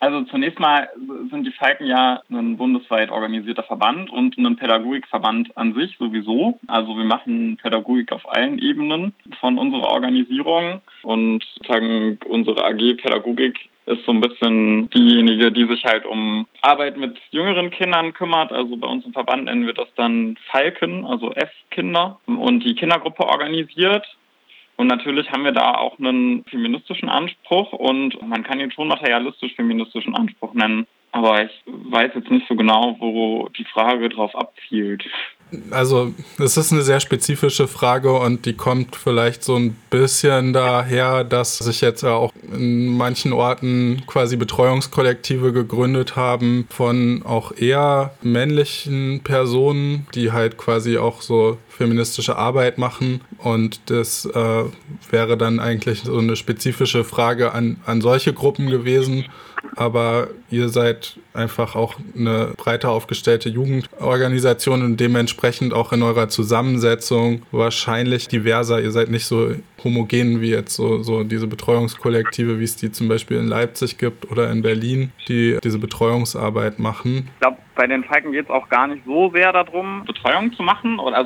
Also zunächst mal sind die Falken ja ein bundesweit organisierter Verband und ein Pädagogikverband an sich sowieso. Also wir machen Pädagogik auf allen Ebenen von unserer Organisierung und sozusagen unsere AG Pädagogik ist so ein bisschen diejenige, die sich halt um Arbeit mit jüngeren Kindern kümmert. Also bei uns im Verband nennen wir das dann Falken, also F-Kinder, und die Kindergruppe organisiert. Und natürlich haben wir da auch einen feministischen Anspruch und man kann ihn schon materialistisch-feministischen Anspruch nennen. Aber ich weiß jetzt nicht so genau, wo die Frage drauf abzielt. Also es ist eine sehr spezifische Frage und die kommt vielleicht so ein bisschen daher, dass sich jetzt auch in manchen Orten quasi Betreuungskollektive gegründet haben von auch eher männlichen Personen, die halt quasi auch so feministische Arbeit machen. Und das wäre dann eigentlich so eine spezifische Frage an solche Gruppen gewesen. Aber ihr seid einfach auch eine breiter aufgestellte Jugendorganisation und dementsprechend auch in eurer Zusammensetzung wahrscheinlich diverser. Ihr seid nicht so homogen wie jetzt so diese Betreuungskollektive, wie es die zum Beispiel in Leipzig gibt oder in Berlin, die diese Betreuungsarbeit machen. Ich glaube, bei den Falken geht es auch gar nicht so sehr darum, Betreuung zu machen. Oder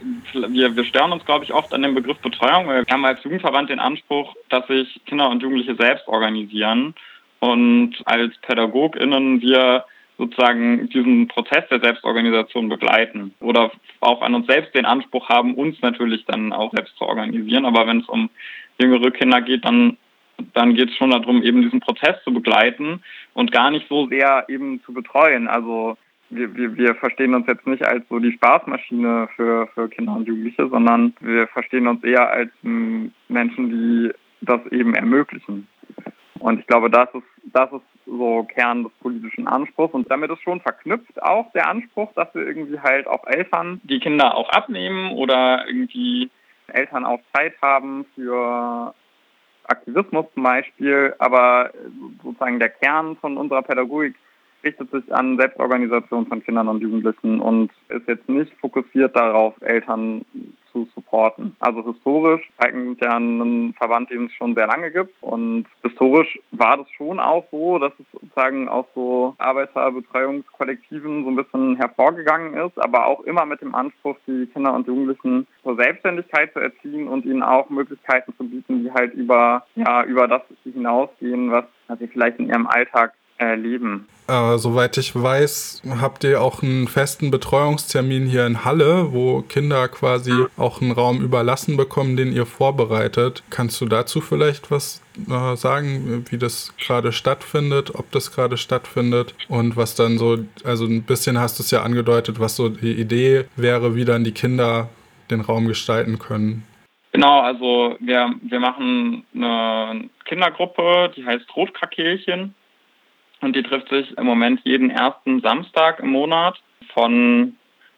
wir stören uns, glaube ich, oft an dem Begriff Betreuung. Wir haben als Jugendverband den Anspruch, dass sich Kinder und Jugendliche selbst organisieren. Und als PädagogInnen wir sozusagen diesen Prozess der Selbstorganisation begleiten oder auch an uns selbst den Anspruch haben, uns natürlich dann auch selbst zu organisieren. Aber wenn es um jüngere Kinder geht, dann geht es schon darum, eben diesen Prozess zu begleiten und gar nicht so sehr eben zu betreuen. Also wir verstehen uns jetzt nicht als so die Spaßmaschine für Kinder und Jugendliche, sondern wir verstehen uns eher als Menschen, die das eben ermöglichen. Und ich glaube, das ist so Kern des politischen Anspruchs. Und damit ist schon verknüpft auch der Anspruch, dass wir irgendwie halt auch Eltern die Kinder auch abnehmen oder irgendwie Eltern auch Zeit haben für Aktivismus zum Beispiel. Aber sozusagen der Kern von unserer Pädagogik richtet sich an Selbstorganisation von Kindern und Jugendlichen und ist jetzt nicht fokussiert darauf, Eltern zu supporten. Also historisch, Falken ist ja ein Verband, den es schon sehr lange gibt und historisch war das schon auch so, dass es sozusagen aus so Arbeiterbetreuungskollektiven so ein bisschen hervorgegangen ist, aber auch immer mit dem Anspruch, die Kinder und Jugendlichen zur Selbstständigkeit zu erziehen und ihnen auch Möglichkeiten zu bieten, die halt über das hinausgehen, was sie vielleicht in ihrem Alltag erleben. Soweit ich weiß, habt ihr auch einen festen Betreuungstermin hier in Halle, wo Kinder quasi auch einen Raum überlassen bekommen, den ihr vorbereitet. Kannst du dazu vielleicht was sagen, wie das gerade stattfindet, ob das gerade stattfindet und was dann so, also ein bisschen hast du es ja angedeutet, was so die Idee wäre, wie dann die Kinder den Raum gestalten können. Genau, also wir machen eine Kindergruppe, die heißt Rotkrakelchen. Und die trifft sich im Moment jeden ersten Samstag im Monat von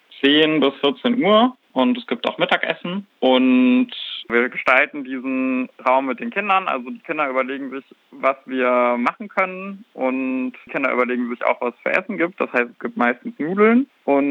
10 bis 14 Uhr. Und es gibt auch Mittagessen. Und wir gestalten diesen Raum mit den Kindern. Also die Kinder überlegen sich, was wir machen können. Und die Kinder überlegen sich auch, was es für Essen gibt. Das heißt, es gibt meistens Nudeln.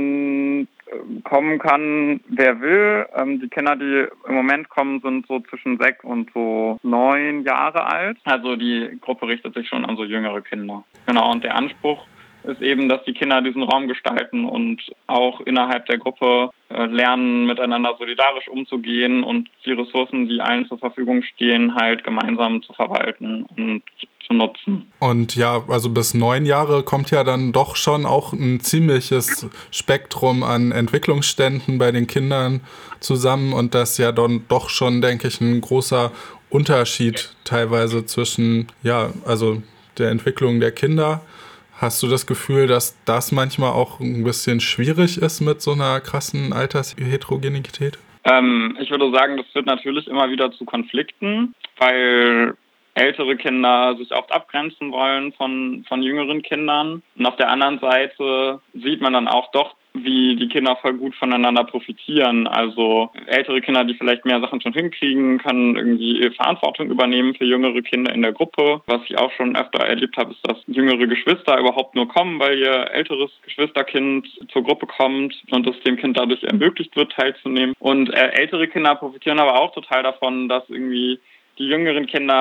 Und kommen kann, wer will. Die Kinder, die im Moment kommen, sind so zwischen 6 und so 9 Jahre alt. Also die Gruppe richtet sich schon an so jüngere Kinder. Genau, und der Anspruch ist eben, dass die Kinder diesen Raum gestalten und auch innerhalb der Gruppe lernen, miteinander solidarisch umzugehen und die Ressourcen, die allen zur Verfügung stehen, halt gemeinsam zu verwalten und zu nutzen. Und ja, also bis 9 Jahre kommt ja dann doch schon auch ein ziemliches Spektrum an Entwicklungsständen bei den Kindern zusammen und das ja dann doch schon, denke ich, ein großer Unterschied teilweise zwischen, ja, also der Entwicklung der Kinder. Hast du das Gefühl, dass das manchmal auch ein bisschen schwierig ist mit so einer krassen Altersheterogenität? Ich würde sagen, das führt natürlich immer wieder zu Konflikten, weil ältere Kinder sich oft abgrenzen wollen von jüngeren Kindern. Und auf der anderen Seite sieht man dann auch doch, wie die Kinder voll gut voneinander profitieren. Also ältere Kinder, die vielleicht mehr Sachen schon hinkriegen, können irgendwie Verantwortung übernehmen für jüngere Kinder in der Gruppe. Was ich auch schon öfter erlebt habe, ist, dass jüngere Geschwister überhaupt nur kommen, weil ihr älteres Geschwisterkind zur Gruppe kommt und es dem Kind dadurch ermöglicht wird, teilzunehmen. Und ältere Kinder profitieren aber auch total davon, dass irgendwie die jüngeren Kinder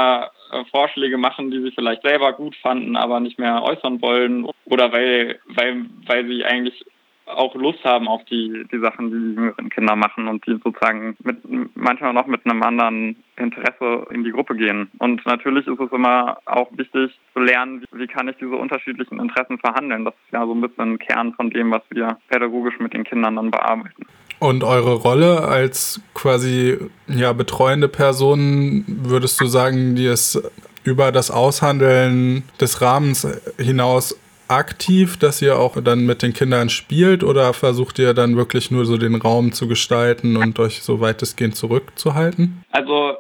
Vorschläge machen, die sie vielleicht selber gut fanden, aber nicht mehr äußern wollen oder weil sie eigentlich auch Lust haben auf die Sachen, die die jüngeren Kinder machen und die sozusagen manchmal noch mit einem anderen Interesse in die Gruppe gehen. Und natürlich ist es immer auch wichtig zu lernen, wie kann ich diese unterschiedlichen Interessen verhandeln. Das ist ja so ein bisschen ein Kern von dem, was wir pädagogisch mit den Kindern dann bearbeiten. Und eure Rolle als quasi betreuende Person, würdest du sagen, die ist über das Aushandeln des Rahmens hinaus aktiv, dass ihr auch dann mit den Kindern spielt, oder versucht ihr dann wirklich nur so den Raum zu gestalten und euch so weitestgehend zurückzuhalten? Also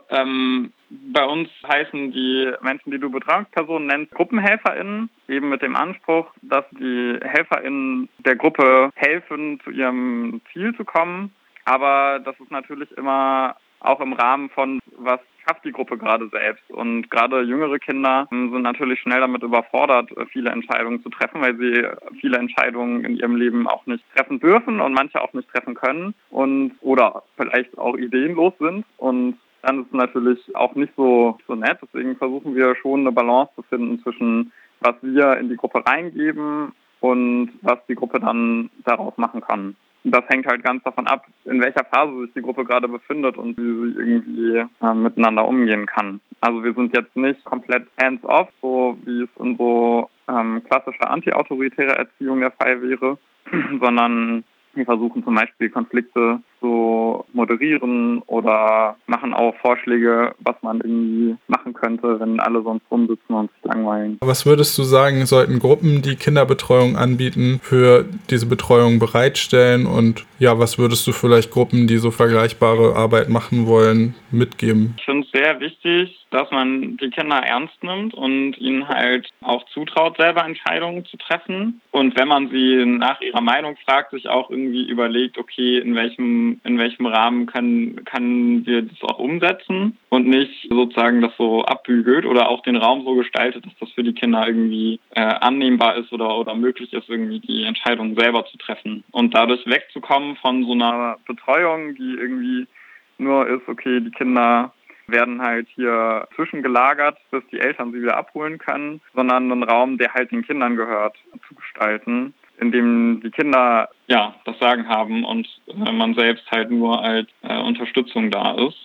bei uns heißen die Menschen, die du Betreuungspersonen nennst, GruppenhelferInnen, eben mit dem Anspruch, dass die HelferInnen der Gruppe helfen, zu ihrem Ziel zu kommen. Aber das ist natürlich immer auch im Rahmen von, was schafft die Gruppe gerade selbst. Und gerade jüngere Kinder sind natürlich schnell damit überfordert, viele Entscheidungen zu treffen, weil sie viele Entscheidungen in ihrem Leben auch nicht treffen dürfen und manche auch nicht treffen können oder vielleicht auch ideenlos sind. Und dann ist es natürlich auch nicht so nett. Deswegen versuchen wir schon eine Balance zu finden zwischen, was wir in die Gruppe reingeben und was die Gruppe dann daraus machen kann. Das hängt halt ganz davon ab, in welcher Phase sich die Gruppe gerade befindet und wie sie irgendwie miteinander umgehen kann. Also wir sind jetzt nicht komplett hands-off, so wie es in so klassischer antiautoritärer Erziehung der Fall wäre, sondern wir versuchen zum Beispiel Konflikte zu moderieren oder machen auch Vorschläge, was man irgendwie machen könnte, wenn alle sonst rumsitzen und sich langweilen. Was würdest du sagen, sollten Gruppen, die Kinderbetreuung anbieten, für diese Betreuung bereitstellen? Und was würdest du vielleicht Gruppen, die so vergleichbare Arbeit machen wollen, mitgeben? Ich finde es sehr wichtig, dass man die Kinder ernst nimmt und ihnen halt auch zutraut, selber Entscheidungen zu treffen. Und wenn man sie nach ihrer Meinung fragt, sich auch irgendwie überlegt, okay, in welchem Rahmen können wir das auch umsetzen und nicht sozusagen das so abbügelt oder auch den Raum so gestaltet, dass das für die Kinder irgendwie annehmbar ist oder möglich ist, irgendwie die Entscheidung selber zu treffen. Und dadurch wegzukommen von so einer Betreuung, die irgendwie nur ist, okay, die Kinder werden halt hier zwischengelagert, bis die Eltern sie wieder abholen können, sondern einen Raum, der halt den Kindern gehört, zu gestalten, in dem die Kinder das Sagen haben und man selbst halt nur als Unterstützung da ist.